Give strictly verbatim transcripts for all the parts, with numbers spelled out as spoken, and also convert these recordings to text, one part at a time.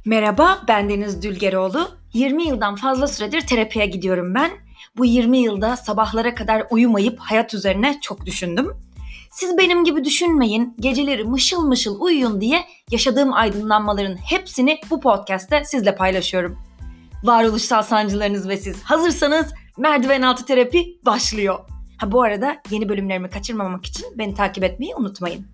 Merhaba, ben Deniz Dülgeroğlu. yirmi yıldan fazla süredir terapiye gidiyorum ben. Bu yirmi yılda sabahlara kadar uyumayıp hayat üzerine çok düşündüm. Siz benim gibi düşünmeyin, geceleri mışıl mışıl uyuyun diye yaşadığım aydınlanmaların hepsini bu podcast'te sizle paylaşıyorum. Varoluşsal sancılarınız ve siz hazırsanız merdiven altı terapi başlıyor. Ha bu arada yeni bölümlerimi kaçırmamak için beni takip etmeyi unutmayın.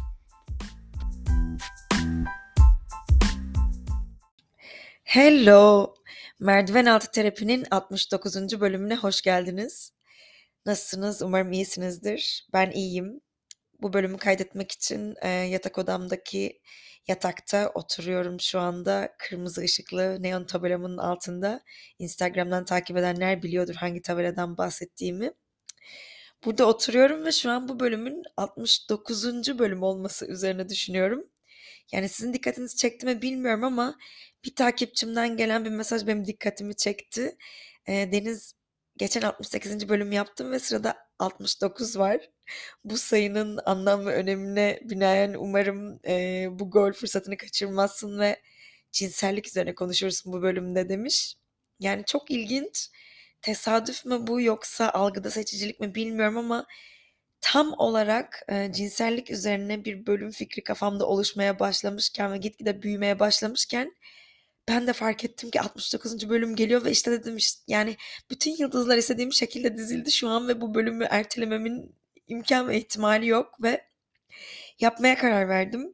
Hello! Merdiven altı terapinin altmış dokuzuncu bölümüne hoş geldiniz. Nasılsınız? Umarım iyisinizdir. Ben iyiyim. Bu bölümü kaydetmek için e, yatak odamdaki yatakta oturuyorum şu anda. Kırmızı ışıklı neon tabelamın altında. Instagram'dan takip edenler biliyordur hangi tabeladan bahsettiğimi. Burada oturuyorum ve şu an bu bölümün altmış dokuzuncu bölüm olması üzerine düşünüyorum. Yani sizin dikkatinizi çekti mi bilmiyorum ama bir takipçimden gelen bir mesaj benim dikkatimi çekti. Ee, Deniz, geçen altmış sekizinci bölüm yaptım ve sırada altmış dokuz var. Bu sayının anlam ve önemine binaen umarım e, bu gol fırsatını kaçırmazsın ve cinsellik üzerine konuşursun bu bölümde demiş. Yani çok ilginç. Tesadüf mü bu yoksa algıda seçicilik mi bilmiyorum ama tam olarak e, cinsellik üzerine bir bölüm fikri kafamda oluşmaya başlamışken ve gitgide büyümeye başlamışken ben de fark ettim ki altmış dokuzuncu bölüm geliyor ve işte dedim işte, yani bütün yıldızlar istediğim şekilde dizildi şu an ve bu bölümü ertelememin imkan ve ihtimali yok ve yapmaya karar verdim.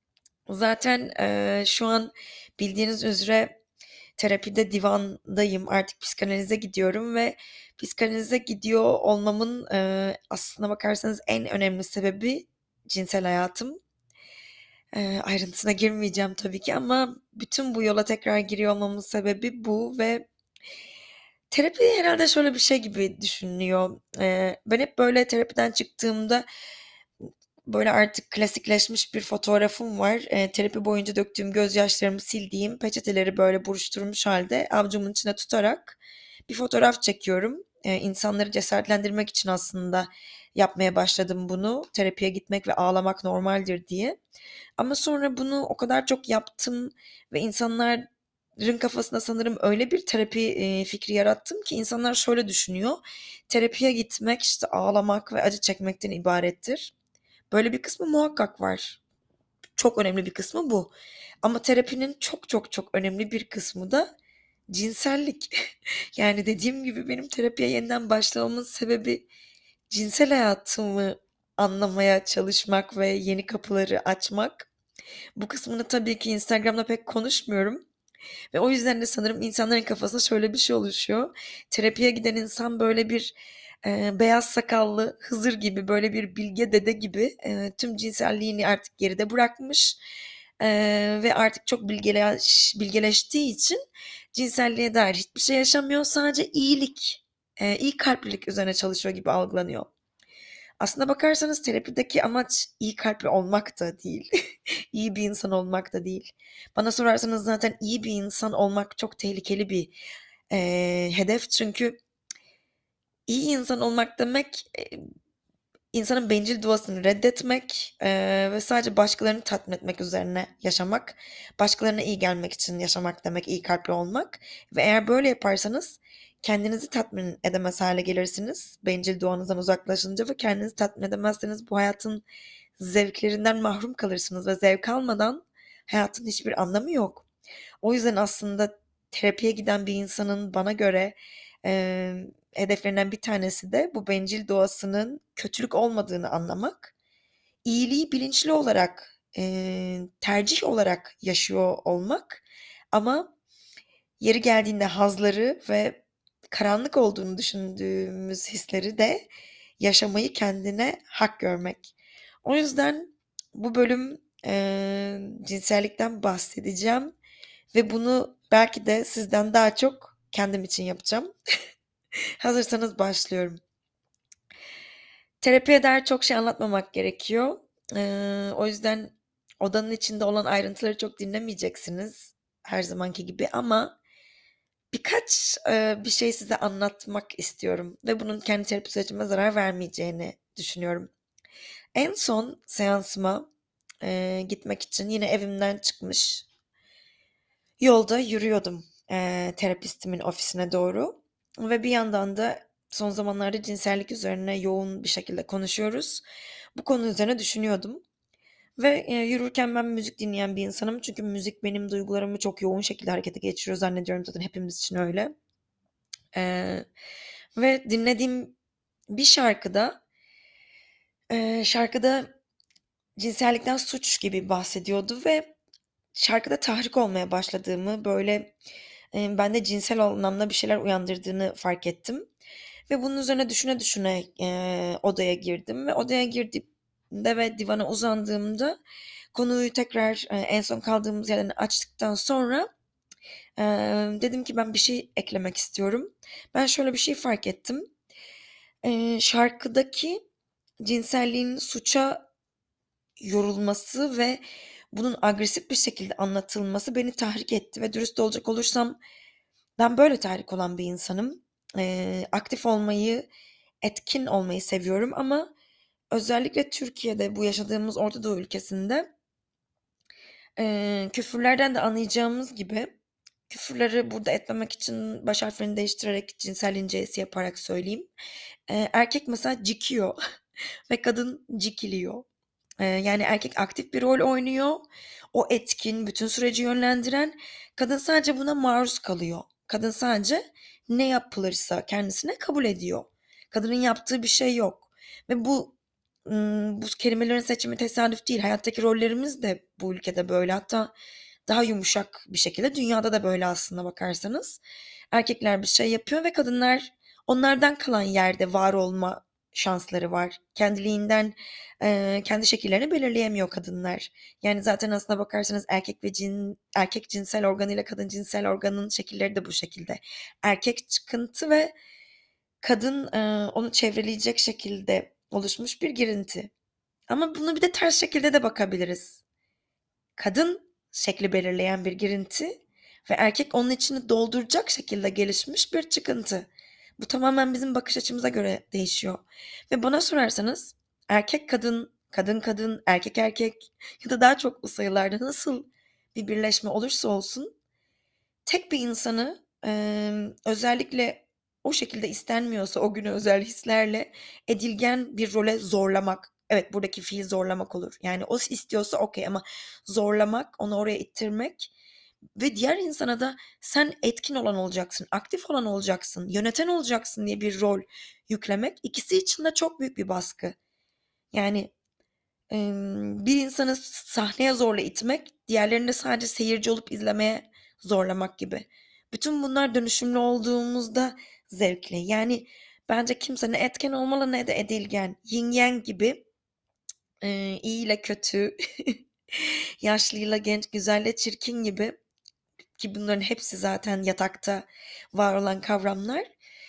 Zaten e, şu an bildiğiniz üzere terapide divandayım. Artık psikanalize gidiyorum ve psikanalize gidiyor olmamın e, aslına bakarsanız en önemli sebebi cinsel hayatım. E, ayrıntısına girmeyeceğim tabii ki ama bütün bu yola tekrar giriyor olmamın sebebi bu ve terapi herhalde şöyle bir şey gibi düşünülüyor. E, ben hep böyle terapiden çıktığımda böyle artık klasikleşmiş bir fotoğrafım var. E, terapi boyunca döktüğüm gözyaşlarımı sildiğim peçeteleri böyle buruşturmuş halde avucumun içine tutarak bir fotoğraf çekiyorum. E, insanları cesaretlendirmek için aslında yapmaya başladım bunu. Terapiye gitmek ve ağlamak normaldir diye. Ama sonra bunu o kadar çok yaptım ve insanların kafasında sanırım öyle bir terapi e, fikri yarattım ki insanlar şöyle düşünüyor. Terapiye gitmek işte ağlamak ve acı çekmekten ibarettir. Böyle bir kısmı muhakkak var. Çok önemli bir kısmı bu. Ama terapinin çok çok çok önemli bir kısmı da cinsellik. Yani dediğim gibi benim terapiye yeniden başlamamın sebebi cinsel hayatımı anlamaya çalışmak ve yeni kapıları açmak. Bu kısmını tabii ki Instagram'da pek konuşmuyorum. Ve o yüzden de sanırım insanların kafasında şöyle bir şey oluşuyor. Terapiye giden insan böyle bir e, beyaz sakallı Hızır gibi, böyle bir bilge dede gibi e, tüm cinselliğini artık geride bırakmış e, ve artık çok bilgeleş, bilgeleştiği için cinselliğe dair hiçbir şey yaşamıyor. Sadece iyilik, e, iyi kalplilik üzerine çalışıyor gibi algılanıyor. Aslında bakarsanız terapideki amaç iyi kalpli olmak da değil. İyi bir insan olmak da değil. Bana sorarsanız zaten iyi bir insan olmak çok tehlikeli bir eee, hedef. Çünkü iyi insan olmak demek e, insanın bencil duasını reddetmek eee, ve sadece başkalarını tatmin etmek üzerine yaşamak. Başkalarına iyi gelmek için yaşamak demek iyi kalpli olmak. Ve eğer böyle yaparsanız kendinizi tatmin edemez hale gelirsiniz. Bencil duanızdan uzaklaşınca ve kendinizi tatmin edemezseniz bu hayatın zevklerinden mahrum kalırsınız ve zevk almadan hayatın hiçbir anlamı yok. O yüzden aslında terapiye giden bir insanın bana göre e, hedeflerinden bir tanesi de bu bencil doğasının kötülük olmadığını anlamak. İyiliği bilinçli olarak, e, tercih olarak yaşıyor olmak ama yeri geldiğinde hazları ve karanlık olduğunu düşündüğümüz hisleri de yaşamayı kendine hak görmek. O yüzden bu bölüm e, cinsellikten bahsedeceğim ve bunu belki de sizden daha çok kendim için yapacağım. Hazırsanız başlıyorum. Terapiye dair çok şey anlatmamak gerekiyor. Ee, o yüzden odanın içinde olan ayrıntıları çok dinlemeyeceksiniz her zamanki gibi ama birkaç e, bir şey size anlatmak istiyorum ve bunun kendi terapi sürecime zarar vermeyeceğini düşünüyorum. En son seansıma e, gitmek için yine evimden çıkmış Yolda yürüyordum, eee, terapistimin ofisine doğru ve bir yandan da son zamanlarda cinsellik üzerine yoğun bir şekilde konuşuyoruz. Bu konu üzerine düşünüyordum ve, eee, yürürken ben müzik dinleyen bir insanım çünkü müzik benim duygularımı çok yoğun şekilde harekete geçiriyor zannediyorum zaten hepimiz için öyle. Eee, ve dinlediğim bir şarkıda, eee, şarkıda cinsellikten suç gibi bahsediyordu ve şarkıda tahrik olmaya başladığımı, böyle, eee, bende cinsel anlamda bir şeyler uyandırdığını fark ettim ve bunun üzerine düşüne düşüne, eee, odaya girdim ve odaya girdiğimde ve divana uzandığımda konuyu tekrar, eee, en son kaldığımız yerden açtıktan sonra, eee, dedim ki ben bir şey eklemek istiyorum. Ben şöyle bir şey fark ettim. Eee, şarkıdaki cinselliğin suça yorulması ve bunun agresif bir şekilde anlatılması beni tahrik etti ve dürüst olacak olursam ben böyle tahrik olan bir insanım. Eee, aktif olmayı, etkin olmayı seviyorum ama özellikle Türkiye'de, bu yaşadığımız Orta Doğu ülkesinde eee, küfürlerden de anlayacağımız gibi küfürleri burada etmemek için baş harflerini değiştirerek cinselliğin C'si yaparak söyleyeyim. Eee, erkek mesela cikiyor ve kadın cikiliyor. Eee, yani erkek aktif bir rol oynuyor. O etkin, bütün süreci yönlendiren. Kadın sadece buna maruz kalıyor. Kadın sadece ne yapılırsa kendisine kabul ediyor. Kadının yaptığı bir şey yok. Ve bu ım, bu kelimelerin seçimi tesadüf değil. Hayattaki rollerimiz de bu ülkede böyle. Hatta daha yumuşak bir şekilde dünyada da böyle aslında bakarsanız. Erkekler bir şey yapıyor ve kadınlar onlardan kalan yerde var olma şansları var. Kendiliğinden Eee, kendi şekillerini belirleyemiyor kadınlar. Yani zaten aslına bakarsanız erkek ve cin erkek cinsel organıyla kadın cinsel organının şekilleri de bu şekilde. Erkek çıkıntı ve kadın, eee, onu çevreleyecek şekilde oluşmuş bir girinti. Ama bunu bir de ters şekilde de bakabiliriz. Kadın şekli belirleyen bir girinti ve erkek onun içini dolduracak şekilde gelişmiş bir çıkıntı. Bu tamamen bizim bakış açımıza göre değişiyor. Ve bana sorarsanız erkek kadın, kadın kadın, erkek erkek ya da daha çok bu sayılarda nasıl bir birleşme olursa olsun tek bir insanı emm, özellikle o şekilde istenmiyorsa o güne özel hislerle edilgen bir role zorlamak. Evet, buradaki fiil zorlamak olur. Yani o istiyorsa okay ama zorlamak, onu oraya ittirmek ve diğer insana da sen etkin olan olacaksın, aktif olan olacaksın, yöneten olacaksın diye bir rol yüklemek ikisi için de çok büyük bir baskı. Yani Emm, bir insanı sahneye zorla itmek, diğerlerini de sadece seyirci olup izlemeye zorlamak gibi. Bütün bunlar dönüşümlü olduğumuzda zevkli. Yani bence kimse ne etken olmalı ne de edilgen. Yin yang gibi, eee, iyi ile kötü, yaşlıyla genç, güzelle çirkin gibi ki bunların hepsi zaten yatakta var olan kavramlar.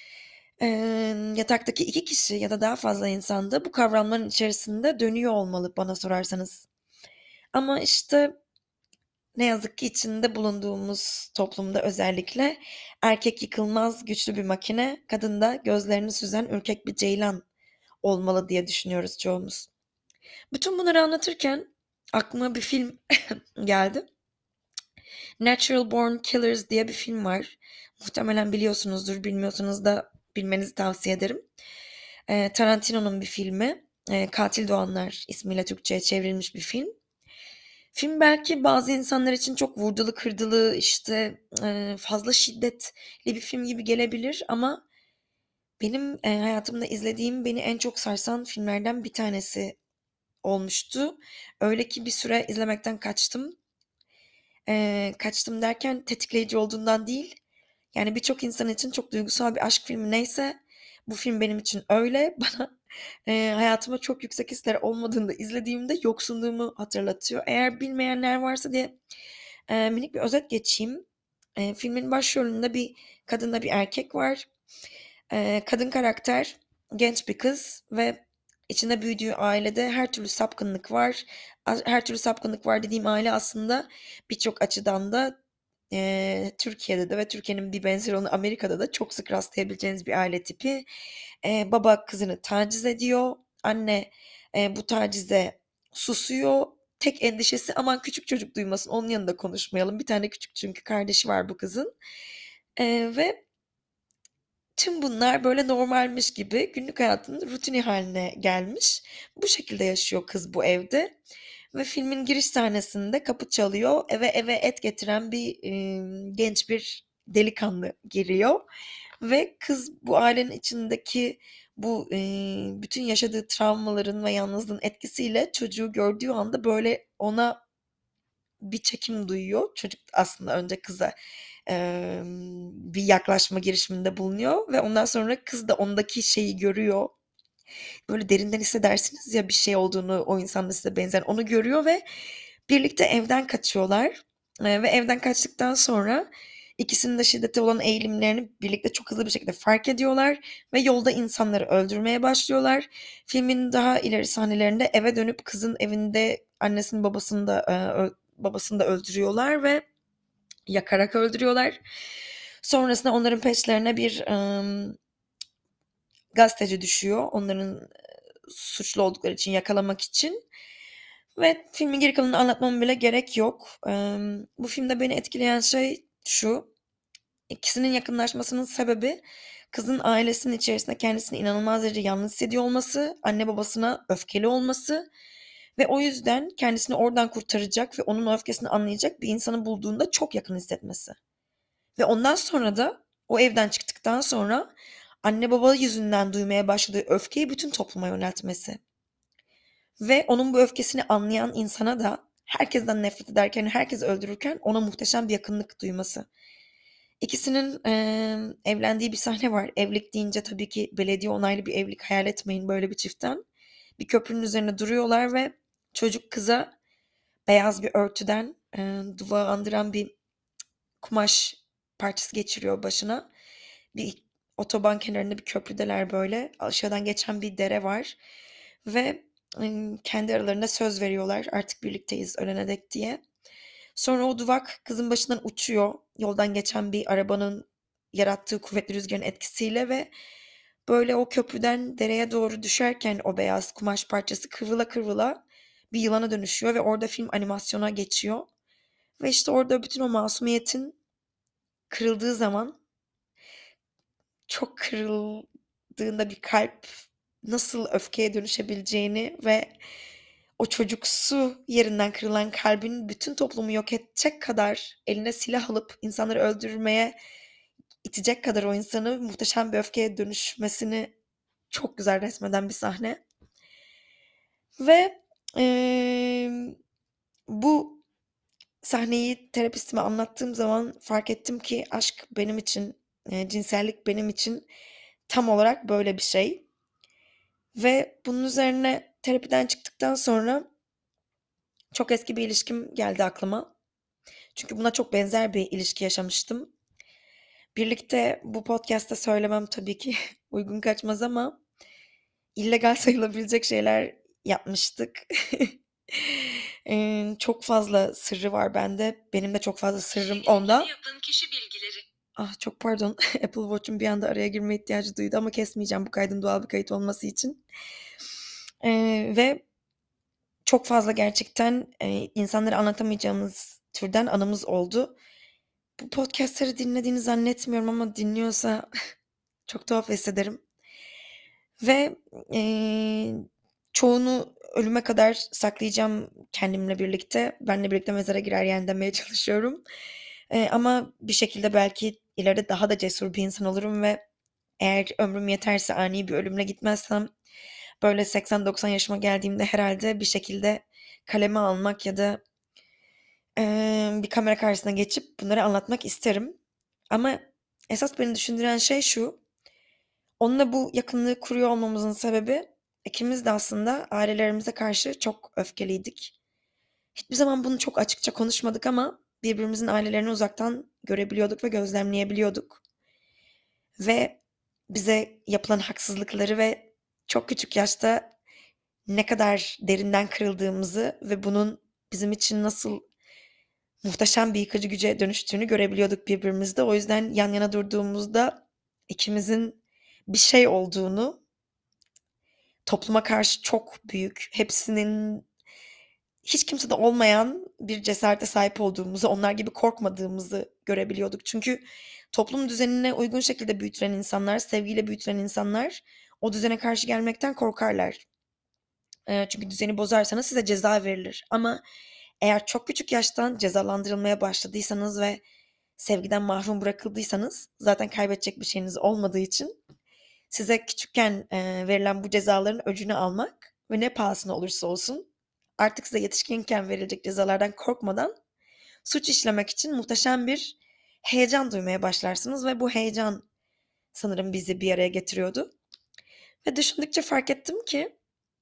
Emm, yataktaki iki kişi ya da daha fazla insan da bu kavramların içerisinde dönüyor olmalı bana sorarsanız. Ama işte ne yazık ki içinde bulunduğumuz toplumda özellikle erkek yıkılmaz güçlü bir makine, kadın da gözlerini süzen ürkek bir ceylan olmalı diye düşünüyoruz çoğumuz. Bütün bunları anlatırken aklıma bir film geldi. Natural Born Killers diye bir film var. Muhtemelen biliyorsunuzdur, bilmiyorsanız da bilmenizi tavsiye ederim. Eee, Tarantino'nun bir filmi. Eee, Katil Doğanlar ismiyle Türkçe'ye çevrilmiş bir film. Film belki bazı insanlar için çok vurdulu kırdılı, işte, eee, fazla şiddetli bir film gibi gelebilir ama benim, eee, hayatımda izlediğim, beni en çok sarsan filmlerden bir tanesi olmuştu. Öyle ki bir süre izlemekten kaçtım. Eee, kaçtım derken tetikleyici olduğundan değil, yani birçok insan için çok duygusal bir aşk filmi neyse, bu film benim için öyle. Bana, eee, hayatıma çok yüksek hisler olmadığında izlediğimde yoksunluğumu hatırlatıyor. Eğer bilmeyenler varsa diye, eee, minik bir özet geçeyim. Eee, filmin başrolünde bir kadınla bir erkek var. Eee, kadın karakter genç bir kız ve içinde büyüdüğü ailede her türlü sapkınlık var. A her türlü sapkınlık var dediğim aile aslında birçok açıdan da, eee, Türkiye'de de ve Türkiye'nin bir benzeri onu Amerika'da da çok sık rastlayabileceğiniz bir aile tipi. Eee, baba kızını taciz ediyor. Anne, eee, bu tacize susuyor. tek endişesi aman küçük çocuk duymasın, onun yanında konuşmayalım. Bir tane küçük çünkü kardeşi var bu kızın. Eee, ve tüm bunlar böyle normalmiş gibi günlük hayatının rutini haline gelmiş. Bu şekilde yaşıyor kız bu evde. Ve filmin giriş sahnesinde kapı çalıyor. Eve eve et getiren bir e, genç bir delikanlı giriyor. Ve kız bu ailenin içindeki bu e, bütün yaşadığı travmaların ve yalnızlığın etkisiyle çocuğu gördüğü anda böyle ona bir çekim duyuyor. Çocuk aslında önce kıza e, bir yaklaşma girişiminde bulunuyor ve ondan sonra kız da ondaki şeyi görüyor. Böyle derinden hissedersiniz ya bir şey olduğunu, o insan da size benzer, onu görüyor ve birlikte evden kaçıyorlar. E, ve evden kaçtıktan sonra ikisinin de şiddete olan eğilimlerini birlikte çok hızlı bir şekilde fark ediyorlar ve yolda insanları öldürmeye başlıyorlar. Filmin daha ileri sahnelerinde eve dönüp kızın evinde annesini babasını da e, ö- babasını da öldürüyorlar ve yakarak öldürüyorlar. Sonrasında onların peşlerine bir ım, gazeteci düşüyor. Onların e, suçlu oldukları için yakalamak için. Ve filmin geri kalanını anlatmama bile gerek yok. Im, bu filmde beni etkileyen şey şu. İkisinin yakınlaşmasının sebebi kızın ailesinin içerisinde kendisini inanılmaz derece yalnız hissediyor olması, anne babasına öfkeli olması ve o yüzden kendisini oradan kurtaracak ve onun o öfkesini anlayacak bir insanı bulduğunda çok yakın hissetmesi. Ve ondan sonra da o evden çıktıktan sonra anne baba yüzünden duymaya başladığı öfkeyi bütün topluma yöneltmesi. Ve onun bu öfkesini anlayan insana da herkesten nefret ederken, herkes öldürürken ona muhteşem bir yakınlık duyması. İkisinin eee, evlendiği bir sahne var. Evlilik deyince tabii ki belediye onaylı bir evlilik hayal etmeyin böyle bir çiftten. Bir köprünün üzerine duruyorlar ve çocuk kıza beyaz bir örtüden eee duvağı andıran bir kumaş parçası geçiriyor başına. Bir otoban kenarında bir köprüdeler böyle. Aşağıdan geçen bir dere var. Ve ım, kendi aralarında söz veriyorlar. Artık birlikteyiz ölene dek diye. Sonra o duvak kızın başından uçuyor. Yoldan geçen bir arabanın yarattığı kuvvetli rüzgarın etkisiyle ve böyle o köprüden dereye doğru düşerken o beyaz kumaş parçası kıvrıla kıvrıla bir yılana dönüşüyor ve orada film animasyona geçiyor. Ve işte orada bütün o masumiyetin kırıldığı zaman çok kırıldığında bir kalp nasıl öfkeye dönüşebileceğini ve o çocuksu yerinden kırılan kalbin bütün toplumu yok edecek kadar eline silah alıp insanları öldürmeye itecek kadar o insanı muhteşem bir öfkeye dönüşmesini çok güzel resmeden bir sahne. Ve eee, bu sahneyi terapistime anlattığım zaman fark ettim ki aşk benim için, e, cinsellik benim için tam olarak böyle bir şey. Ve bunun üzerine terapiden çıktıktan sonra çok eski bir ilişkim geldi aklıma. Çünkü buna çok benzer bir ilişki yaşamıştım. Birlikte bu podcast'ta söylemem tabii ki uygun kaçmaz ama illegal sayılabilecek şeyler yapmıştık. Eee, çok fazla sırrı var bende. Benim de çok fazla sırrım onda. Yapın kişi bilgileri. Ah çok pardon. Apple Watch'un bir anda araya girme ihtiyacı duydu ama kesmeyeceğim bu kaydın doğal bir kayıt olması için. Eee, ve çok fazla gerçekten eee, insanlara anlatamayacağımız türden anımız oldu. Bu podcastları dinlediğini zannetmiyorum ama dinliyorsa çok tuhaf hissederim. Ve eee, çoğunu ölüme kadar saklayacağım kendimle birlikte. Benle birlikte mezara girer yani demeye çalışıyorum. Eee, ama bir şekilde belki ileride daha da cesur bir insan olurum ve eğer ömrüm yeterse ani bir ölümle gitmezsem böyle seksen doksan yaşıma geldiğimde herhalde bir şekilde kaleme almak ya da eee, bir kamera karşısına geçip bunları anlatmak isterim. Ama esas beni düşündüren şey şu. Onunla bu yakınlığı kuruyor olmamızın sebebi ikimiz de aslında ailelerimize karşı çok öfkeliydik. Hiçbir zaman bunu çok açıkça konuşmadık ama birbirimizin ailelerini uzaktan görebiliyorduk ve gözlemleyebiliyorduk. Ve bize yapılan haksızlıkları ve çok küçük yaşta ne kadar derinden kırıldığımızı ve bunun bizim için nasıl muhteşem bir yıkıcı güce dönüştüğünü görebiliyorduk birbirimizde. O yüzden yan yana durduğumuzda ikimizin bir şey olduğunu, topluma karşı çok büyük, hepsinin hiç kimsede olmayan bir cesarete sahip olduğumuzu, onlar gibi korkmadığımızı görebiliyorduk. Çünkü toplum düzenine uygun şekilde büyütülen insanlar, sevgiyle büyütülen insanlar o düzene karşı gelmekten korkarlar. Eee, çünkü düzeni bozarsanız size ceza verilir. Ama eğer çok küçük yaştan cezalandırılmaya başladıysanız ve sevgiden mahrum bırakıldıysanız zaten kaybedecek bir şeyiniz olmadığı için size küçükken eee, verilen bu cezaların öcünü almak ve ne pahasına olursa olsun artık size yetişkinken verilecek cezalardan korkmadan suç işlemek için muhteşem bir heyecan duymaya başlarsınız ve bu heyecan sanırım bizi bir araya getiriyordu. Ve düşündükçe fark ettim ki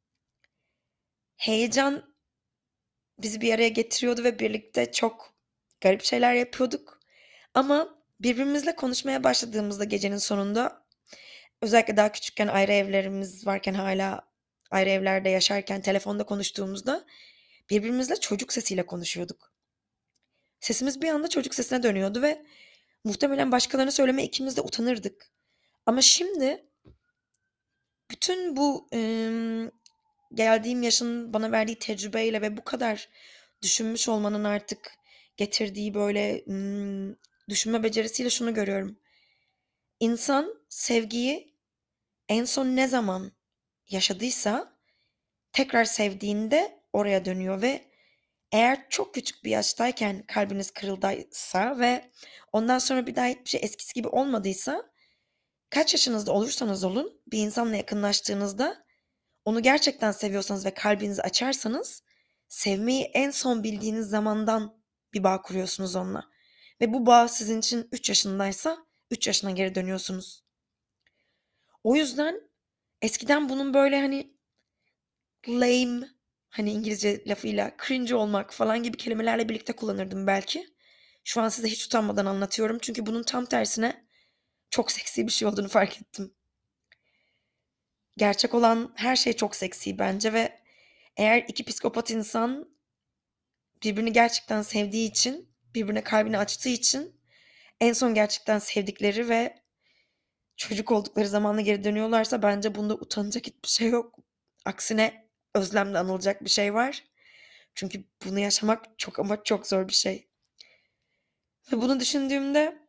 heyecan bizi bir araya getiriyordu ve birlikte çok garip şeyler yapıyorduk. Ama birbirimizle konuşmaya başladığımızda gecenin sonunda özellikle daha küçükken ayrı evlerimiz varken hala ayrı evlerde yaşarken telefonda konuştuğumuzda birbirimizle çocuk sesiyle konuşuyorduk. Sesimiz bir anda çocuk sesine dönüyordu ve muhtemelen başkalarına söylemeye ikimiz de utanırdık. Ama şimdi bütün bu ım, geldiğim yaşın bana verdiği tecrübeyle ve bu kadar düşünmüş olmanın artık getirdiği böyle ım, düşünme becerisiyle şunu görüyorum. İnsan sevgiyi en son ne zaman yaşadıysa tekrar sevdiğinde oraya dönüyor ve eğer çok küçük bir yaştayken kalbiniz kırıldıysa ve ondan sonra bir daha hiçbir şey eskisi gibi olmadıysa kaç yaşınızda olursanız olun bir insanla yakınlaştığınızda onu gerçekten seviyorsanız ve kalbinizi açarsanız sevmeyi en son bildiğiniz zamandan bir bağ kuruyorsunuz onunla. Ve bu bağ sizin için üç yaşındaysa üç yaşına geri dönüyorsunuz. O yüzden eskiden bunun böyle hani lame, hani İngilizce lafıyla cringe olmak falan gibi kelimelerle birlikte kullanırdım belki. Şu an size hiç utanmadan anlatıyorum çünkü bunun tam tersine çok seksi bir şey olduğunu fark ettim. Gerçek olan her şey çok seksi bence ve eğer iki psikopat insan birbirini gerçekten sevdiği için, birbirine kalbini açtığı için en son gerçekten sevdikleri ve çocuk oldukları zamana geri dönüyorlarsa bence bunda utanacak hiçbir şey yok. Aksine özlemle anılacak bir şey var. Çünkü bunu yaşamak çok ama çok zor bir şey. Ve bunu düşündüğümde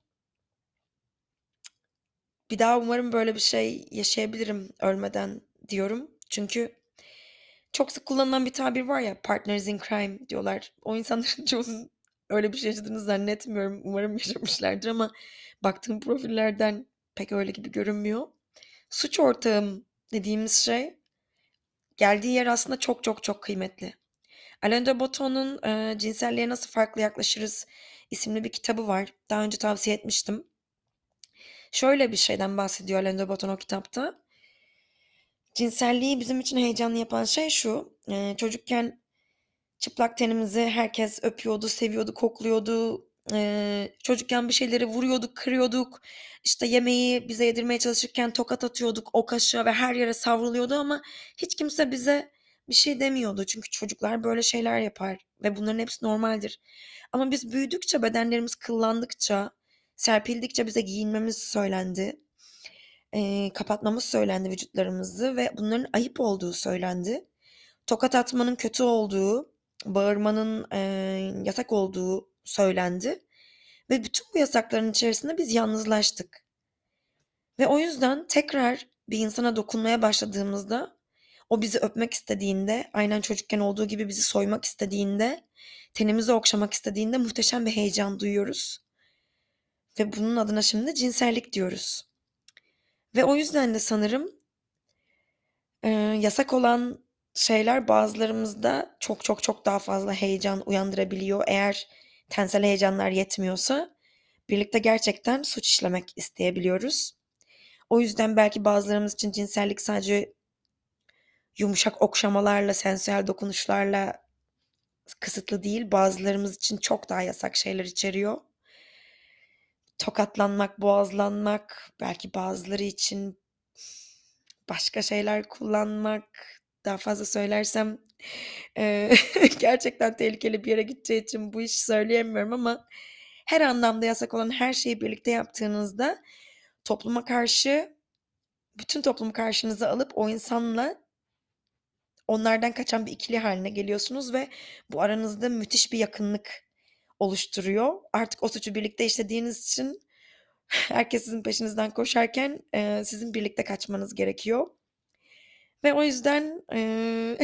bir daha umarım böyle bir şey yaşayabilirim ölmeden diyorum. Çünkü çok sık kullanılan bir tabir var ya, partners in crime diyorlar. O insanların çoğunun öyle bir şey yaşadığını zannetmiyorum. Umarım yaşamışlardır ama baktığım profillerden pek öyle gibi görünmüyor. Suç ortağım dediğimiz şey geldiği yer aslında çok çok çok kıymetli. Alain de Botton'un e, Cinselliğe Nasıl Farklı Yaklaşırız isimli bir kitabı var. Daha önce tavsiye etmiştim. Şöyle bir şeyden bahsediyor Alain de Botton o kitapta. Cinselliği bizim için heyecanlı yapan şey şu. E, çocukken çıplak tenimizi herkes öpüyordu, seviyordu, kokluyordu. Ee, çocukken bir şeyleri vuruyorduk, kırıyorduk. İşte yemeği bize yedirmeye çalışırken tokat atıyorduk o kaşığa ve her yere savruluyordu ama hiç kimse bize bir şey demiyordu. Çünkü çocuklar böyle şeyler yapar ve bunların hepsi normaldir. Ama biz büyüdükçe, bedenlerimiz kıllandıkça, serpildikçe bize giyinmemiz söylendi. Ee, kapatmamız söylendi vücutlarımızı ve bunların ayıp olduğu söylendi. Tokat atmanın kötü olduğu, bağırmanın eee, yasak olduğu söylendi ve bütün bu yasakların içerisinde biz yalnızlaştık. Ve o yüzden tekrar bir insana dokunmaya başladığımızda, o bizi öpmek istediğinde, aynen çocukken olduğu gibi bizi soymak istediğinde, tenimizi okşamak istediğinde muhteşem bir heyecan duyuyoruz. Ve bunun adına şimdi cinsellik diyoruz. Ve o yüzden de sanırım Eee, yasak olan şeyler bazılarımızda çok çok çok daha fazla heyecan uyandırabiliyor. Eğer tensel heyecanlar yetmiyorsa birlikte gerçekten suç işlemek isteyebiliyoruz. O yüzden belki bazılarımız için cinsellik sadece yumuşak okşamalarla, sensüel dokunuşlarla kısıtlı değil. Bazılarımız için çok daha yasak şeyler içeriyor. Tokatlanmak, boğazlanmak, belki bazıları için başka şeyler kullanmak, daha fazla söylersem eee, gerçekten tehlikeli bir yere gideceği için bu işi söyleyemiyorum ama her anlamda yasak olan her şeyi birlikte yaptığınızda topluma karşı, bütün toplumu karşınıza alıp o insanla onlardan kaçan bir ikili haline geliyorsunuz ve bu aranızda müthiş bir yakınlık oluşturuyor. Artık o suçu birlikte işlediğiniz için herkes sizin peşinizden koşarken eee, sizin birlikte kaçmanız gerekiyor. Ve o yüzden eee,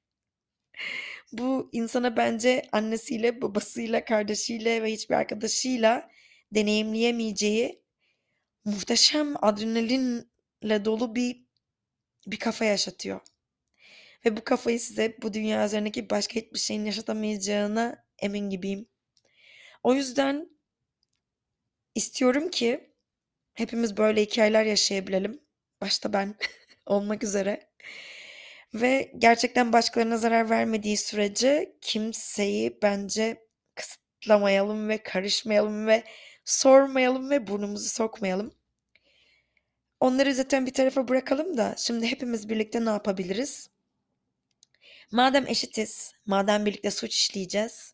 bu insana bence annesiyle, babasıyla, kardeşiyle ve hiçbir arkadaşıyla deneyimleyemeyeceği muhteşem adrenalinle dolu bir bir kafa yaşatıyor. Ve bu kafayı size bu dünya üzerindeki başka hiçbir şeyin yaşatamayacağına emin gibiyim. O yüzden istiyorum ki hepimiz böyle hikayeler yaşayabilelim. Başta ben olmak üzere. Ve gerçekten başkalarına zarar vermediği sürece kimseyi bence kısıtlamayalım ve karışmayalım ve sormayalım ve burnumuzu sokmayalım. Onları zaten bir tarafa bırakalım da şimdi hepimiz birlikte ne yapabiliriz? Madem eşitiz, madem birlikte suç işleyeceğiz,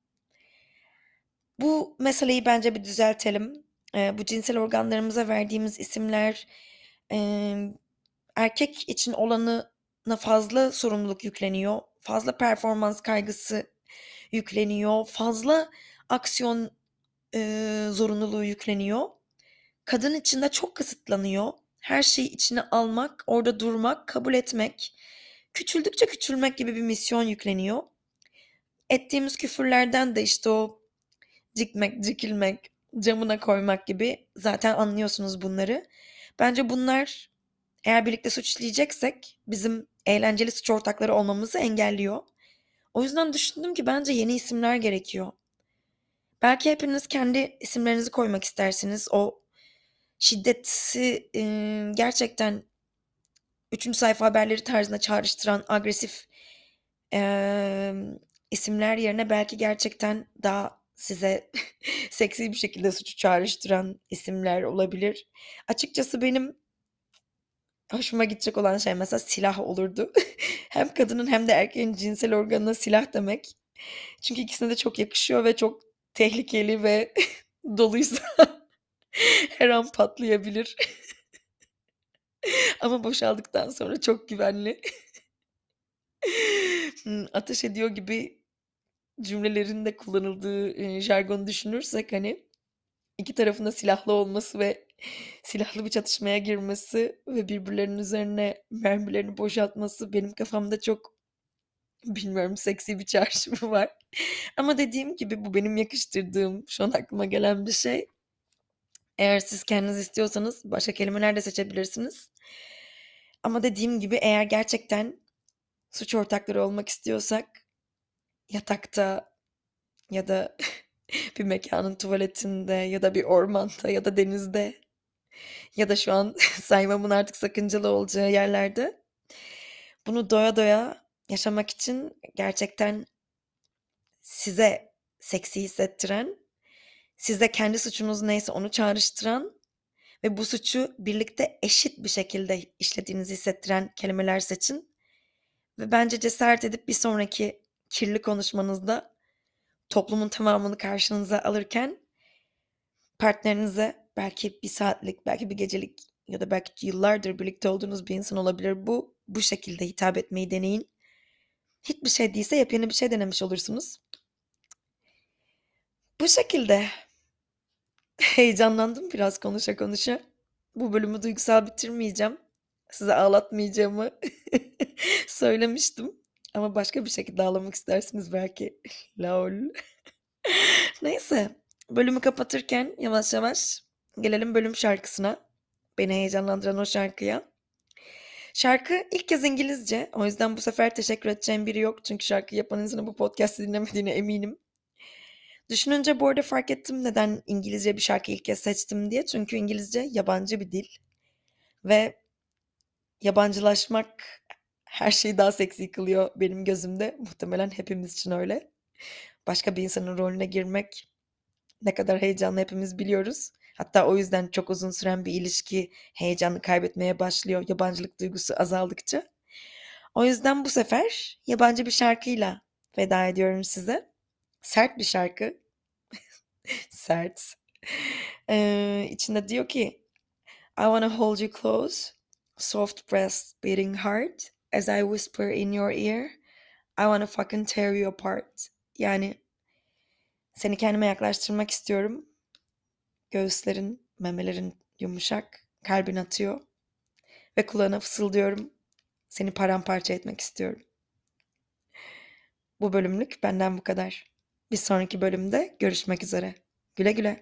bu meseleyi bence bir düzeltelim. Eee, bu cinsel organlarımıza verdiğimiz isimler eee, erkek için olanına fazla sorumluluk yükleniyor, fazla performans kaygısı yükleniyor, fazla aksiyon eee, zorunluluğu yükleniyor. Kadın için de çok kısıtlanıyor. Her şeyi içine almak, orada durmak, kabul etmek, küçüldükçe küçülmek gibi bir misyon yükleniyor. Ettiğimiz küfürlerden de işte o cikmek, cikilmek, camına koymak gibi zaten anlıyorsunuz bunları. Bence bunlar eğer birlikte suç işleyeceksek bizim eğlenceli suç ortakları olmamızı engelliyor. O yüzden düşündüm ki bence yeni isimler gerekiyor. Belki hepiniz kendi isimlerinizi koymak istersiniz. O şiddeti e, gerçekten üçüncü sayfa haberleri tarzında çağrıştıran agresif e, isimler yerine belki gerçekten daha size seksi bir şekilde suçu çağrıştıran isimler olabilir. Açıkçası benim hoşuma gidecek olan şey mesela silah olurdu. Hem kadının hem de erkeğin cinsel organına silah demek. Çünkü ikisine de çok yakışıyor ve çok tehlikeli ve doluysa her an patlayabilir. Ama boşaldıktan sonra çok güvenli. Hmm, Ateş ediyor gibi cümlelerin de kullanıldığı e, jargonu düşünürsek hani iki tarafın da silahlı olması ve silahlı bir çatışmaya girmesi ve birbirlerinin üzerine mermilerini boşaltması benim kafamda çok bilmiyorum seksi bir çağrışımı var. Ama dediğim gibi bu benim yakıştırdığım, şu an aklıma gelen bir şey. Eğer siz kendiniz istiyorsanız başka kelimeler de seçebilirsiniz. Ama dediğim gibi eğer gerçekten suç ortakları olmak istiyorsak yatakta ya da bir mekanın tuvaletinde ya da bir ormanda ya da denizde ya da şu an saymamın artık sakıncalı olacağı yerlerde bunu doya doya yaşamak için gerçekten size seksi hissettiren, size kendi suçunuz neyse onu çağrıştıran ve bu suçu birlikte eşit bir şekilde işlediğinizi hissettiren kelimeler seçin. Ve bence cesaret edip bir sonraki kirli konuşmanızda toplumun tamamını karşınıza alırken partnerinize belki bir saatlik, belki bir gecelik ya da belki yıllardır birlikte olduğunuz bir insan olabilir. Bu bu şekilde hitap etmeyi deneyin. Hiçbir şey değilse yepyeni bir şey denemiş olursunuz. Bu şekilde heyecanlandım biraz konuşa konuşa. Bu bölümü duygusal bitirmeyeceğim. Size ağlatmayacağımı söylemiştim. Ama başka bir şekilde ağlamak istersiniz belki. Lol. Neyse. Bölümü kapatırken yavaş yavaş gelelim bölüm şarkısına. Beni heyecanlandıran o şarkıya. Şarkı ilk kez İngilizce. O yüzden bu sefer teşekkür edeceğim biri yok. Çünkü şarkı yapan insanın bu podcast'i dinlemediğine eminim. Düşününce bu arada fark ettim neden İngilizce bir şarkı ilk kez seçtim diye. Çünkü İngilizce yabancı bir dil. Ve yabancılaşmak her şeyi daha seksi kılıyor benim gözümde. Muhtemelen hepimiz için öyle. Başka bir insanın rolüne girmek ne kadar heyecanlı hepimiz biliyoruz. Hatta o yüzden çok uzun süren bir ilişki heyecanını kaybetmeye başlıyor yabancılık duygusu azaldıkça. O yüzden bu sefer yabancı bir şarkıyla veda ediyorum size. Sert bir şarkı. Sert. Ee, içinde diyor ki I wanna hold you close, soft breast beating heart. as I whisper in your ear, I wanna fucking tear you apart. Yani seni kendime yaklaştırmak istiyorum. Göğüslerin, memelerin yumuşak, kalbin atıyor. Ve kulağına fısıldıyorum. Seni paramparça etmek istiyorum. Bu bölümlük benden bu kadar. Bir sonraki bölümde görüşmek üzere. Güle güle.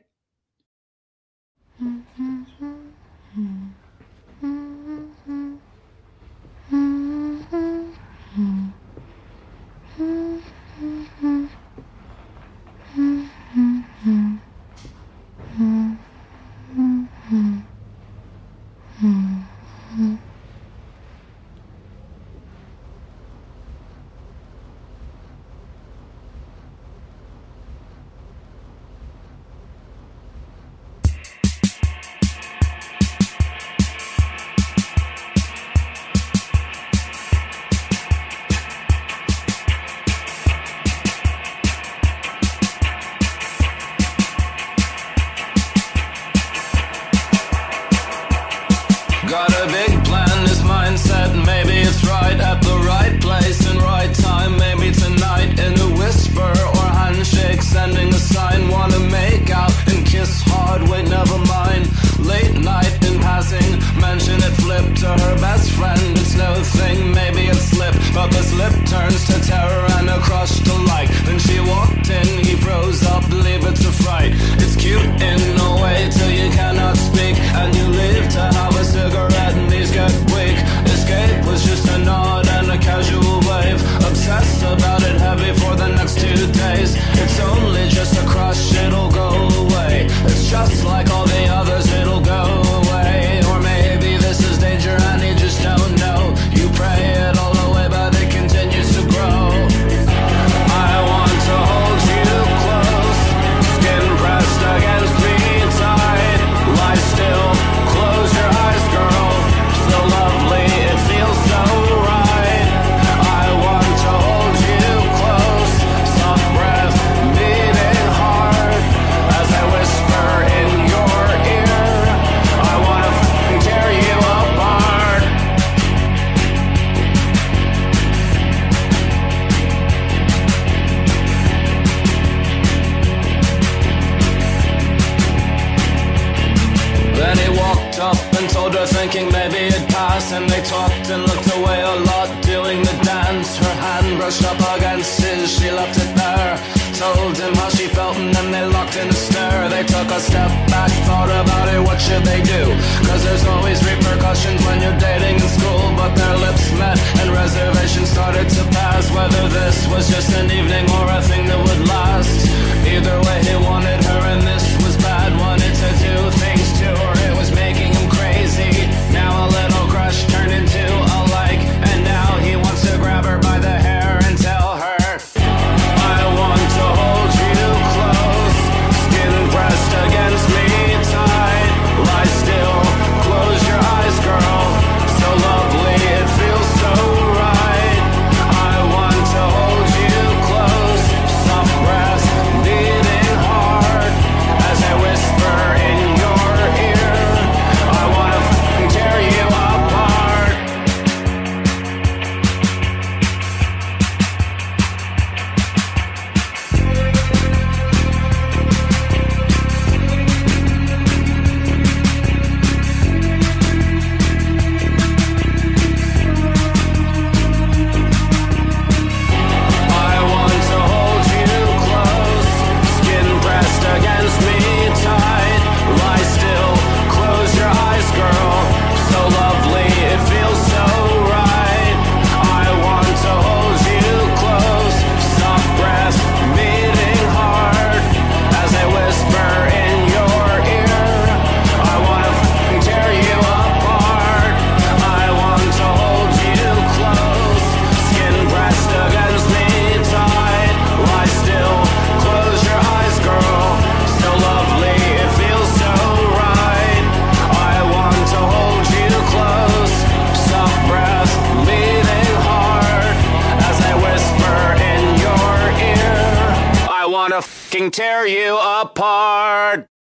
Got a big plan, this mindset, maybe it's right at the right place and right time. Maybe tonight in a whisper or handshake, sending a sign. Wanna make out and kiss hard, wait never mind. Late night in passing, mention it flipped to her best friend. It's no thing, maybe it slipped, but the slip turns to terror and a crush to like. Then she walked in, he froze up, leave it to fright. It's cute in a way till you cannot speak, and you leave to have a cigarette and these get weak. Escape was just a nod and a casual wave. Obsessed about it heavy for the next two days. It's only just a crush, it'll go away. It's just like all the others, it'll go away. Or maybe this is danger and you just don't know. You pray it all away but it continues to grow. I want to hold you close, skin pressed against me tight. Lie still, close your eyes girl, so lovely it feels so right. I want to hold you close, soft breath beating hard as I whisper in your ear. I want to f***ing tear you apart. Then he walked up and told her, thinking maybe it'd pass. And they talked and looked away a lot, doing the dance. Her hand brushed up against his, she left it there. Told him how she felt and then they locked in a stare. They took a step back, thought about it, what should they do? Cause there's always repercussions when you're dating in school. But their lips met and reservations started to pass. Whether this was just an evening or a thing that would last. Either way he wanted her and this was bad. Wanted to do things to her, it was making him crazy. Now a little crush turned into a like, and now he wants to grab her by the hair and tell her, I want to hold you close, skin pressed against me tight. Lie still, close your eyes girl, so lovely it feels so right. I want to hold you close, soft breath beating hard as I whisper in your ear. I want to f***ing tear you apart. I want to hold you close, skin pressed against me tight. Lie still, close your eyes girl, so lovely it feels so right. I want to hold you close, soft breath beating hard as I whisper in your ear. I want to f***ing tear you apart. I want to hold you close, skin pressed against me tight. Lie still, close your eyes girl, so lovely it feels so right. I want to hold you close, soft breath beating hard as I whisper in your ear. I want to f***ing tear you apart.